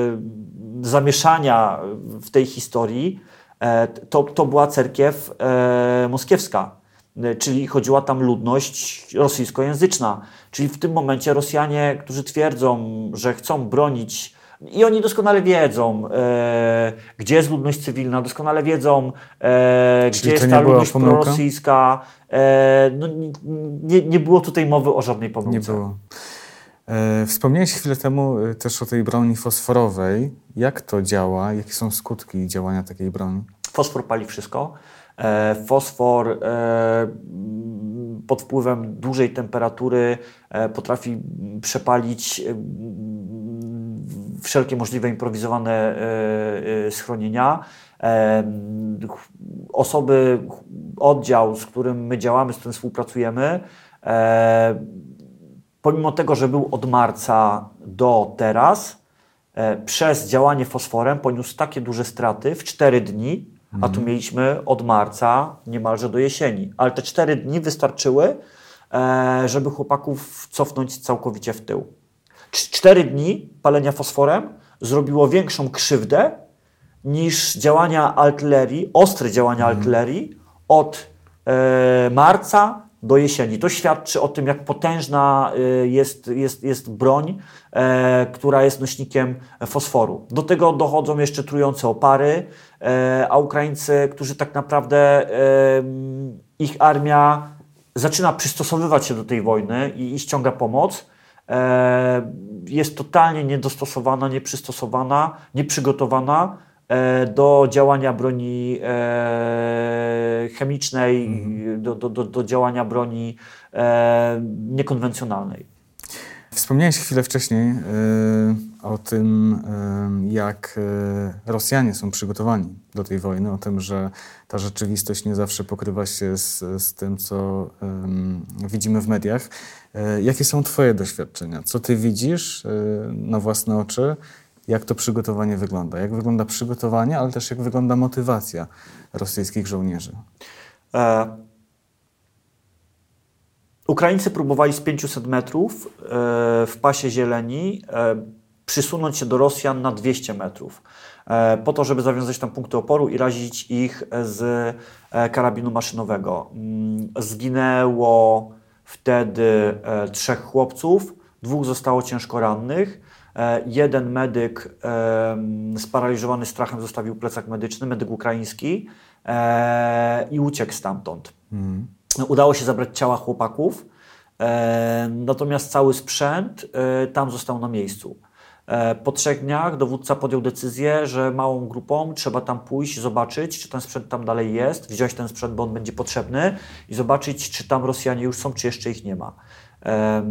zamieszania w tej historii, e, to, to była cerkiew e, moskiewska, e, czyli chodziła tam ludność rosyjskojęzyczna. Czyli w tym momencie Rosjanie, którzy twierdzą, że chcą bronić, i oni doskonale wiedzą, e, gdzie jest ludność cywilna, doskonale wiedzą, e, gdzie jest ta ludność prorosyjska. E, no, nie, nie było tutaj mowy o żadnej pomyłce. Nie było. E, wspomniałeś chwilę temu też o tej broni fosforowej. Jak to działa? Jakie są skutki działania takiej broni? Fosfor pali wszystko. E, fosfor e, pod wpływem dużej temperatury e, potrafi przepalić e, wszelkie możliwe improwizowane e, e, schronienia. E, osoby, oddział, z którym my działamy, z którym współpracujemy, e, pomimo tego, że był od marca do teraz, e, przez działanie fosforem poniósł takie duże straty w cztery dni, a tu mieliśmy od marca niemalże do jesieni. Ale te cztery dni wystarczyły, e, żeby chłopaków cofnąć całkowicie w tył. Cztery dni palenia fosforem zrobiło większą krzywdę niż działania artylerii, ostre działania mm. artylerii od e, marca do jesieni. To świadczy o tym, jak potężna e, jest, jest, jest broń, e, która jest nośnikiem fosforu. Do tego dochodzą jeszcze trujące opary, e, a Ukraińcy, którzy tak naprawdę e, ich armia zaczyna przystosowywać się do tej wojny i, i ściąga pomoc, e, jest totalnie niedostosowana, nieprzystosowana, nieprzygotowana do działania broni e, chemicznej, mm. do, do, do, do działania broni e, niekonwencjonalnej. Wspomniałeś chwilę wcześniej y, o tym, y, jak y, Rosjanie są przygotowani do tej wojny, o tym, że ta rzeczywistość nie zawsze pokrywa się z, z tym, co y, widzimy w mediach. Y, jakie są Twoje doświadczenia? Co Ty widzisz y, na własne oczy? Jak to przygotowanie wygląda? Jak wygląda przygotowanie, ale też jak wygląda motywacja rosyjskich żołnierzy? E, Ukraińcy próbowali z pięciuset metrów e, w pasie zieleni e, przysunąć się do Rosjan na dwieście metrów. E, po to, żeby zawiązać tam punkty oporu i razić ich z e, karabinu maszynowego. Mm, zginęło wtedy e, trzech chłopców, dwóch zostało ciężko rannych. E, jeden medyk e, sparaliżowany strachem zostawił plecak medyczny, medyk ukraiński e, i uciekł stamtąd. Mm. Udało się zabrać ciała chłopaków, e, natomiast cały sprzęt e, tam został na miejscu. E, po trzech dniach dowódca podjął decyzję, że małą grupą trzeba tam pójść, zobaczyć, czy ten sprzęt tam dalej jest, wziąć ten sprzęt, bo on będzie potrzebny i zobaczyć, czy tam Rosjanie już są, czy jeszcze ich nie ma. E,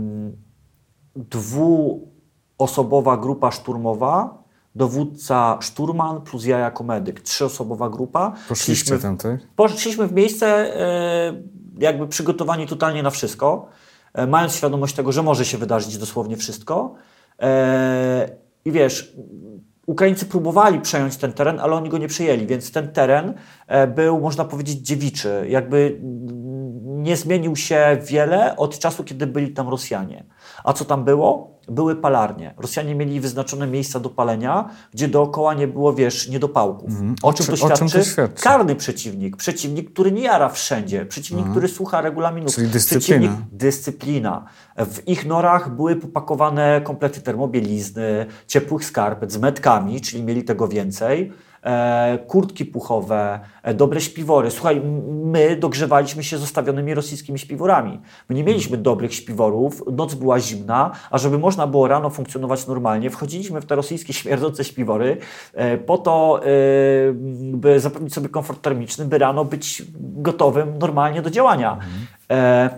dwuosobowa grupa szturmowa, dowódca szturman plus ja jako medyk. Trzyosobowa grupa. Poszliście tam, tak? Poszliśmy w miejsce e, jakby przygotowani totalnie na wszystko, e, mając świadomość tego, że może się wydarzyć dosłownie wszystko. E, I wiesz, Ukraińcy próbowali przejąć ten teren, ale oni go nie przejęli, więc ten teren e, był, można powiedzieć, dziewiczy. Jakby nie zmienił się wiele od czasu, kiedy byli tam Rosjanie. A co tam było? Były palarnie. Rosjanie mieli wyznaczone miejsca do palenia, gdzie dookoła nie było, wiesz, niedopałków. Mm. O, czym to świadczy? O czym to świadczy? Karny przeciwnik. Przeciwnik, który nie jara wszędzie. Przeciwnik, mm. który słucha regulaminów. Czyli dyscyplina. Przeciwnik, dyscyplina. W ich norach były popakowane komplety termobielizny, ciepłych skarpet z metkami, czyli mieli tego więcej. E, kurtki puchowe, e, dobre śpiwory. Słuchaj, my dogrzewaliśmy się zostawionymi rosyjskimi śpiworami. My nie mieliśmy dobrych śpiworów, noc była zimna, a żeby można było rano funkcjonować normalnie, wchodziliśmy w te rosyjskie śmierdzące śpiwory e, po to, e, by zapewnić sobie komfort termiczny, by rano być gotowym normalnie do działania. Mhm. E,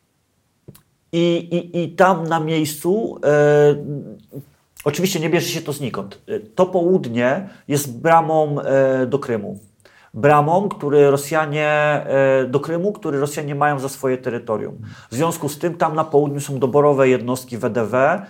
i, i, I tam na miejscu e, oczywiście nie bierze się to znikąd. To południe jest bramą e, do Krymu. Bramą, który Rosjanie, e, do Krymu, który Rosjanie mają za swoje terytorium. W związku z tym tam na południu są doborowe jednostki W D W, e,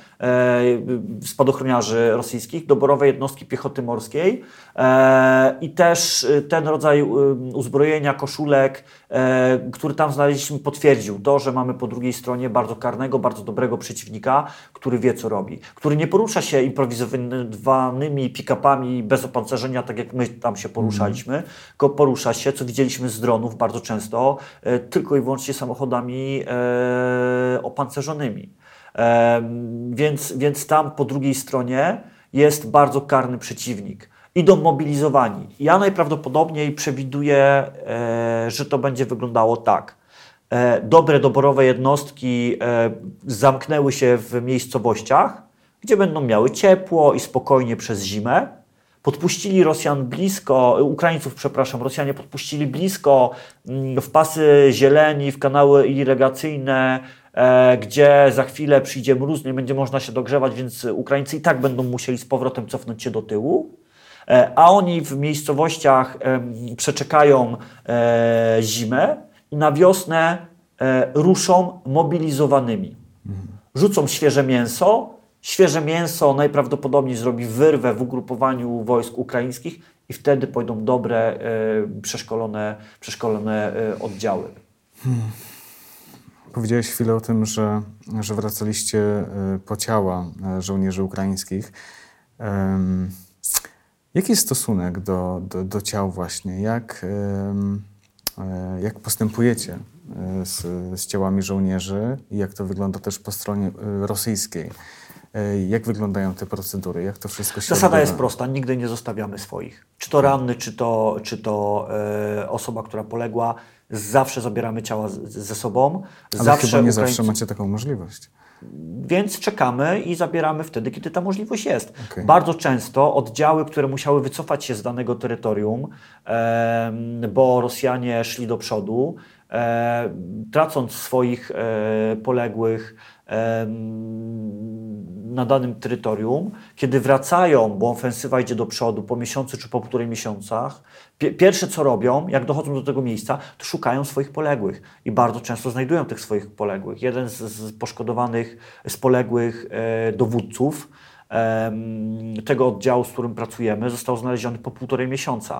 spadochroniarzy rosyjskich, doborowe jednostki piechoty morskiej e, i też ten rodzaj uzbrojenia, koszulek, e, który tam znaleźliśmy, potwierdził to, że mamy po drugiej stronie bardzo karnego, bardzo dobrego przeciwnika, który wie, co robi. Który nie porusza się improwizowanymi pick-upami bez opancerzenia, tak jak my tam się poruszaliśmy, mm. tylko porusza się, co widzieliśmy z dronów bardzo często, e, tylko i wyłącznie samochodami e, opancerzonymi. E, więc, więc tam po drugiej stronie jest bardzo karny przeciwnik. Idą mobilizowani. Ja najprawdopodobniej przewiduję, e, że to będzie wyglądało tak. E, dobre, doborowe jednostki e, zamknęły się w miejscowościach, gdzie będą miały ciepło i spokojnie przez zimę. Podpuścili Rosjan blisko, Ukraińców, przepraszam, Rosjanie podpuścili blisko w pasy zieleni, w kanały irygacyjne, e, gdzie za chwilę przyjdzie mróz, nie będzie można się dogrzewać, więc Ukraińcy i tak będą musieli z powrotem cofnąć się do tyłu. E, a oni w miejscowościach e, przeczekają e, zimę i na wiosnę e, ruszą mobilizowanymi. Rzucą świeże mięso. Świeże mięso najprawdopodobniej zrobi wyrwę w ugrupowaniu wojsk ukraińskich i wtedy pójdą dobre, e, przeszkolone, przeszkolone e, oddziały. Hmm. Powiedziałeś chwilę o tym, że, że wracaliście e, po ciała e, żołnierzy ukraińskich. E, jaki jest stosunek do, do, do ciał właśnie? Jak, e, e, jak postępujecie e, z, z ciałami żołnierzy i jak to wygląda też po stronie e, rosyjskiej? Jak wyglądają te procedury? Jak to wszystko się Zasada odbywa? jest prosta. Nigdy nie zostawiamy swoich. Czy to ranny, czy to, czy to e, osoba, która poległa. Zawsze zabieramy ciała z, ze sobą. Ale zawsze chyba nie Ukraińcy... zawsze macie taką możliwość. Więc czekamy i zabieramy wtedy, kiedy ta możliwość jest. Okay. Bardzo często oddziały, które musiały wycofać się z danego terytorium, e, bo Rosjanie szli do przodu, e, tracąc swoich e, poległych e, na danym terytorium, kiedy wracają, bo ofensywa idzie do przodu po miesiącu czy po półtorej miesiącach, pi- pierwsze co robią, jak dochodzą do tego miejsca, to szukają swoich poległych i bardzo często znajdują tych swoich poległych. Jeden z, z poszkodowanych, z poległych e, dowódców e, tego oddziału, z którym pracujemy, został znaleziony po półtorej miesiąca.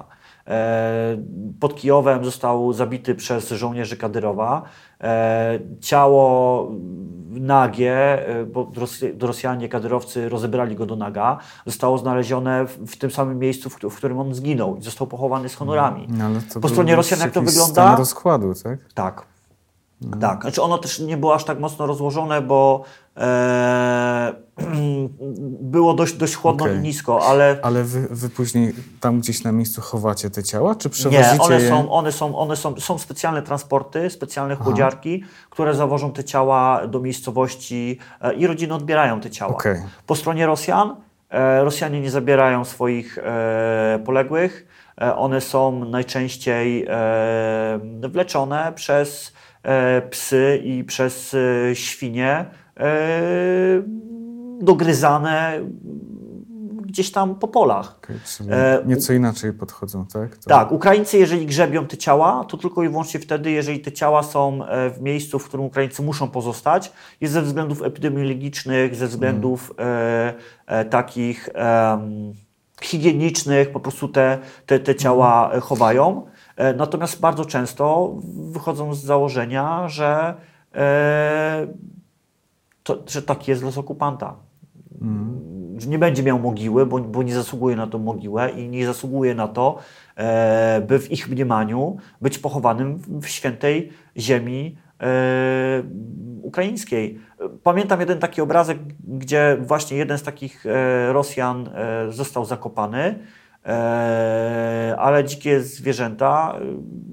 Pod Kijowem został zabity przez żołnierzy Kadyrowa. Ciało nagie, bo Rosjanie, kadyrowcy rozebrali go do naga, zostało znalezione w, w tym samym miejscu, w, w którym on zginął i został pochowany z honorami. No, ale to po stronie Rosjan jak to wygląda? Stan rozkładu, tak? Tak. No. Tak, znaczy ono też nie było aż tak mocno rozłożone, bo e, było dość, dość chłodno okay. i nisko, ale... Ale wy, wy później tam gdzieś na miejscu chowacie te ciała, czy przewozicie Nie, one je? są, one są, one są, są specjalne transporty, specjalne chłodziarki, które zawożą te ciała do miejscowości e, i rodziny odbierają te ciała. Okay. Po stronie Rosjan, e, Rosjanie nie zabierają swoich e, poległych, e, one są najczęściej e, wleczone przez e, psy i przez e, świnie, e, dogryzane gdzieś tam po polach. Okay, czyli nieco inaczej podchodzą, tak? To... Tak, Ukraińcy jeżeli grzebią te ciała, to tylko i wyłącznie wtedy, jeżeli te ciała są w miejscu, w którym Ukraińcy muszą pozostać, jest ze względów epidemiologicznych, ze względów mm. e, e, takich e, higienicznych, po prostu te, te, te ciała mm. chowają. E, natomiast bardzo często wychodzą z założenia, że, e, to, że taki jest los okupanta. Mm. Że nie będzie miał mogiły, bo, bo nie zasługuje na tą mogiłę i nie zasługuje na to, e, by w ich mniemaniu być pochowanym w, w świętej ziemi e, ukraińskiej. Pamiętam jeden taki obrazek, gdzie właśnie jeden z takich e, Rosjan e, został zakopany, e, ale dzikie zwierzęta e,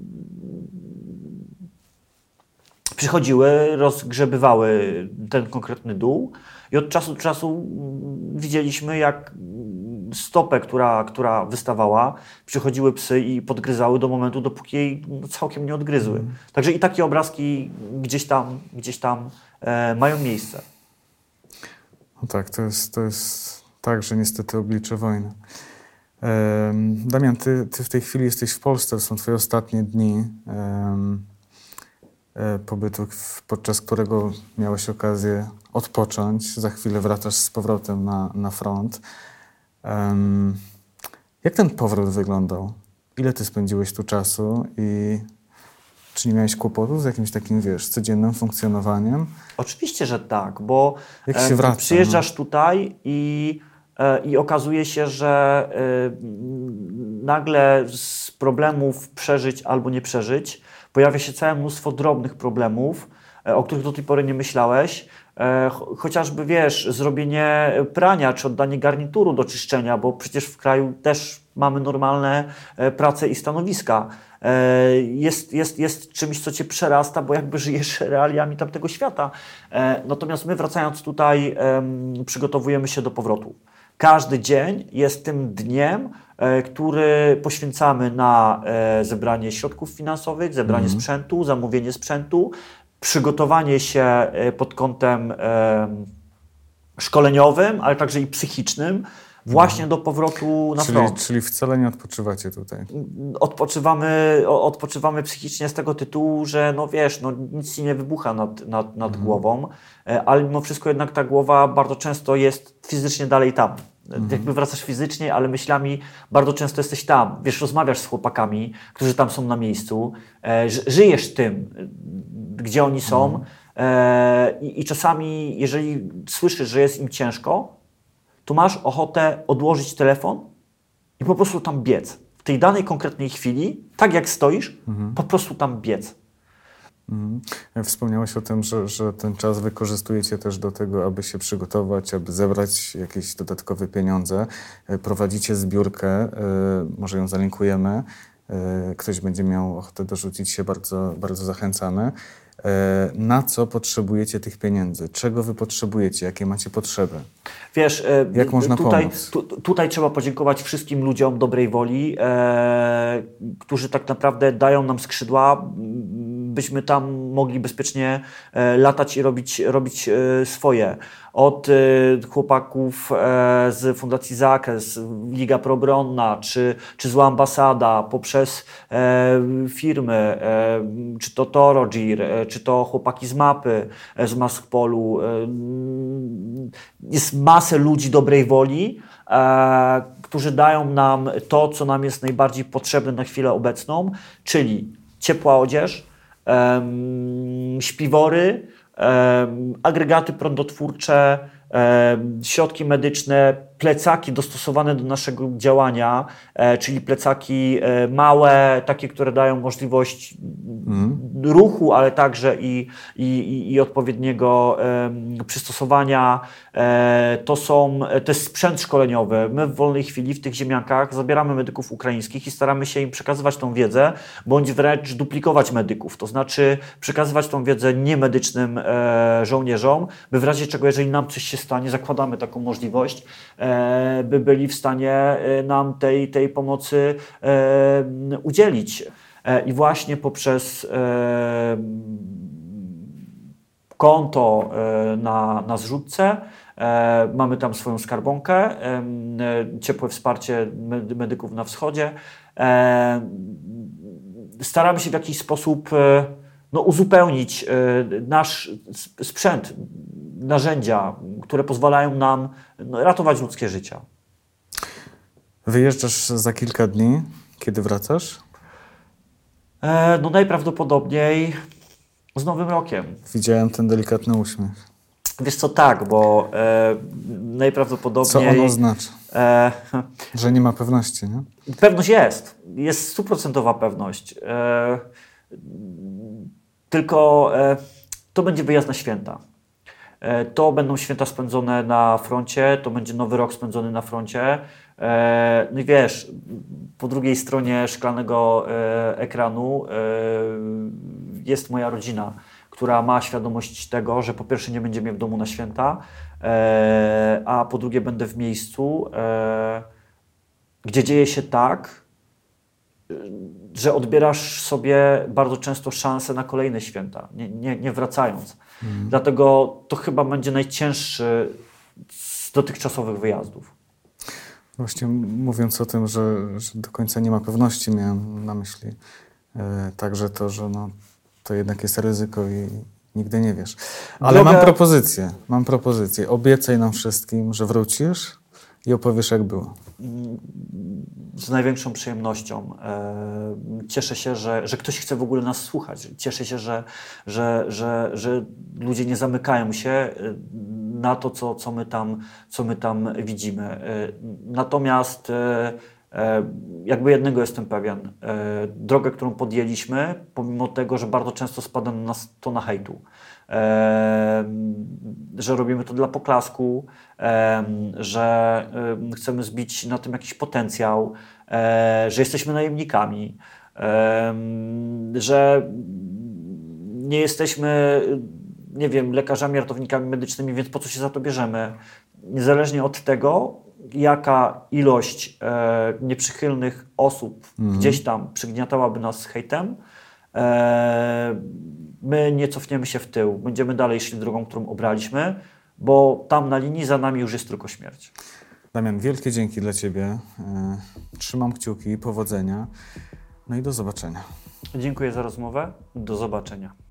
przychodziły, rozgrzebywały ten konkretny dół i od czasu do czasu widzieliśmy, jak stopę, która, która wystawała, przychodziły psy i podgryzały do momentu, dopóki jej całkiem nie odgryzły. Mm. Także i takie obrazki gdzieś tam, gdzieś tam e, mają miejsce. No tak, to jest, to jest także niestety oblicze wojny. Um, Damian, ty, ty w tej chwili jesteś w Polsce, to są twoje ostatnie dni um, pobytu, podczas którego miałeś okazję odpocząć. Za chwilę wracasz z powrotem na, na front. Um, jak ten powrót wyglądał? Ile ty spędziłeś tu czasu i czy nie miałeś kłopotów z jakimś takim, wiesz, codziennym funkcjonowaniem? Oczywiście, że tak, bo jak się wraca, przyjeżdżasz no? tutaj i, i okazuje się, że nagle z problemów przeżyć albo nie przeżyć pojawia się całe mnóstwo drobnych problemów, o których do tej pory nie myślałeś. Chociażby, wiesz, zrobienie prania czy oddanie garnituru do czyszczenia, bo przecież w kraju też mamy normalne prace i stanowiska. Jest, jest, jest czymś, co cię przerasta, bo jakby żyjesz realiami tamtego świata. Natomiast my, wracając tutaj, przygotowujemy się do powrotu. Każdy dzień jest tym dniem, który poświęcamy na zebranie środków finansowych, zebranie mm. sprzętu, zamówienie sprzętu, przygotowanie się pod kątem szkoleniowym, ale także i psychicznym, właśnie mm. do powrotu na czyli, front. Czyli wcale nie odpoczywacie tutaj? Odpoczywamy, odpoczywamy psychicznie z tego tytułu, że no wiesz, no nic ci nie wybucha nad, nad, nad mm. głową, ale mimo wszystko jednak ta głowa bardzo często jest fizycznie dalej tam. Mhm. Jakby wracasz fizycznie, ale myślami bardzo często jesteś tam. Wiesz, rozmawiasz z chłopakami, którzy tam są na miejscu, e, żyjesz tym, gdzie oni są mhm. e, i, i czasami, jeżeli słyszysz, że jest im ciężko, to masz ochotę odłożyć telefon i po prostu tam biec. W tej danej konkretnej chwili, tak jak stoisz, mhm. po prostu tam biec. Mhm. Wspomniałeś o tym, że, że ten czas wykorzystujecie też do tego, aby się przygotować, aby zebrać jakieś dodatkowe pieniądze. Prowadzicie zbiórkę, może ją zalinkujemy. Ktoś będzie miał ochotę dorzucić się, bardzo, bardzo zachęcamy. Na co potrzebujecie tych pieniędzy? Czego wy potrzebujecie? Jakie macie potrzeby? Wiesz, jak można tutaj, pomóc? Tu, tutaj trzeba podziękować wszystkim ludziom dobrej woli, e, którzy tak naprawdę dają nam skrzydła, byśmy tam mogli bezpiecznie e, latać i robić, robić e, swoje. Od e, chłopaków e, z Fundacji Zakres, Liga Probronna, czy, czy Zła Ambasada, poprzez e, firmy, e, czy to Torogir, e, czy to chłopaki z Mapy, e, z Maskpolu. E, jest masę ludzi dobrej woli, e, którzy dają nam to, co nam jest najbardziej potrzebne na chwilę obecną, czyli ciepła odzież, em, śpiwory, em, agregaty prądotwórcze, em, środki medyczne, plecaki dostosowane do naszego działania, e, czyli plecaki e, małe, takie, które dają możliwość Mhm. ruchu, ale także i, i, i, i odpowiedniego em, przystosowania. E, to są, to jest sprzęt szkoleniowy. My w wolnej chwili w tych ziemiankach zabieramy medyków ukraińskich i staramy się im przekazywać tą wiedzę, bądź wręcz duplikować medyków, to znaczy przekazywać tą wiedzę niemedycznym e, żołnierzom, by w razie czego, jeżeli nam coś się stanie, zakładamy taką możliwość, e, by byli w stanie e, nam tej, tej pomocy e, udzielić. E, I właśnie poprzez e, konto e, na, na zrzutce e, mamy tam swoją skarbonkę, e, ciepłe wsparcie medy- medyków na wschodzie. E, staramy się w jakiś sposób e, no, uzupełnić e, nasz sp- sprzęt, narzędzia, które pozwalają nam no, ratować ludzkie życia. Wyjeżdżasz za kilka dni. Kiedy wracasz? E, no najprawdopodobniej z Nowym Rokiem. Widziałem ten delikatny uśmiech. Wiesz co, tak, bo e, Co najprawdopodobniej... ono oznacza? E, Że nie ma pewności, nie? pewność jest. Jest stuprocentowa pewność. E, tylko e, to będzie wyjazd na święta. E, to będą święta spędzone na froncie, to będzie Nowy Rok spędzony na froncie. E, no i wiesz, po drugiej stronie szklanego e, ekranu e, jest moja rodzina, która ma świadomość tego, że po pierwsze nie będzie mnie w domu na święta, e, a po drugie będę w miejscu, e, gdzie dzieje się tak, że odbierasz sobie bardzo często szansę na kolejne święta, nie, nie, nie wracając. Mhm. Dlatego to chyba będzie najcięższy z dotychczasowych wyjazdów. Właśnie mówiąc o tym, że, że do końca nie ma pewności, miałem na myśli e, także to, że no, to jednak jest ryzyko i nigdy nie wiesz. Ale Droga- mam propozycję, mam propozycję. Obiecaj nam wszystkim, że wrócisz i opowiesz, jak było. Z największą przyjemnością. E, Cieszę się, że, że ktoś chce w ogóle nas słuchać. Cieszę się, że, że, że, że ludzie nie zamykają się e, na to, co, co, my tam, co my tam widzimy. E, Natomiast e, e, jakby jednego jestem pewien. E, Drogę, którą podjęliśmy, pomimo tego, że bardzo często spada na nas tona hejtu, e, że robimy to dla poklasku, e, że e, chcemy zbić na tym jakiś potencjał, e, że jesteśmy najemnikami, e, że nie jesteśmy, nie wiem, lekarzami, ratownikami medycznymi, więc po co się za to bierzemy? Niezależnie od tego, jaka ilość e, nieprzychylnych osób Mhm. gdzieś tam przygniatałaby nas hejtem, e, my nie cofniemy się w tył. Będziemy dalej szli drogą, którą obraliśmy, bo tam na linii za nami już jest tylko śmierć. Damian, wielkie dzięki dla Ciebie. E, Trzymam kciuki, powodzenia. No i do zobaczenia. Dziękuję za rozmowę. Do zobaczenia.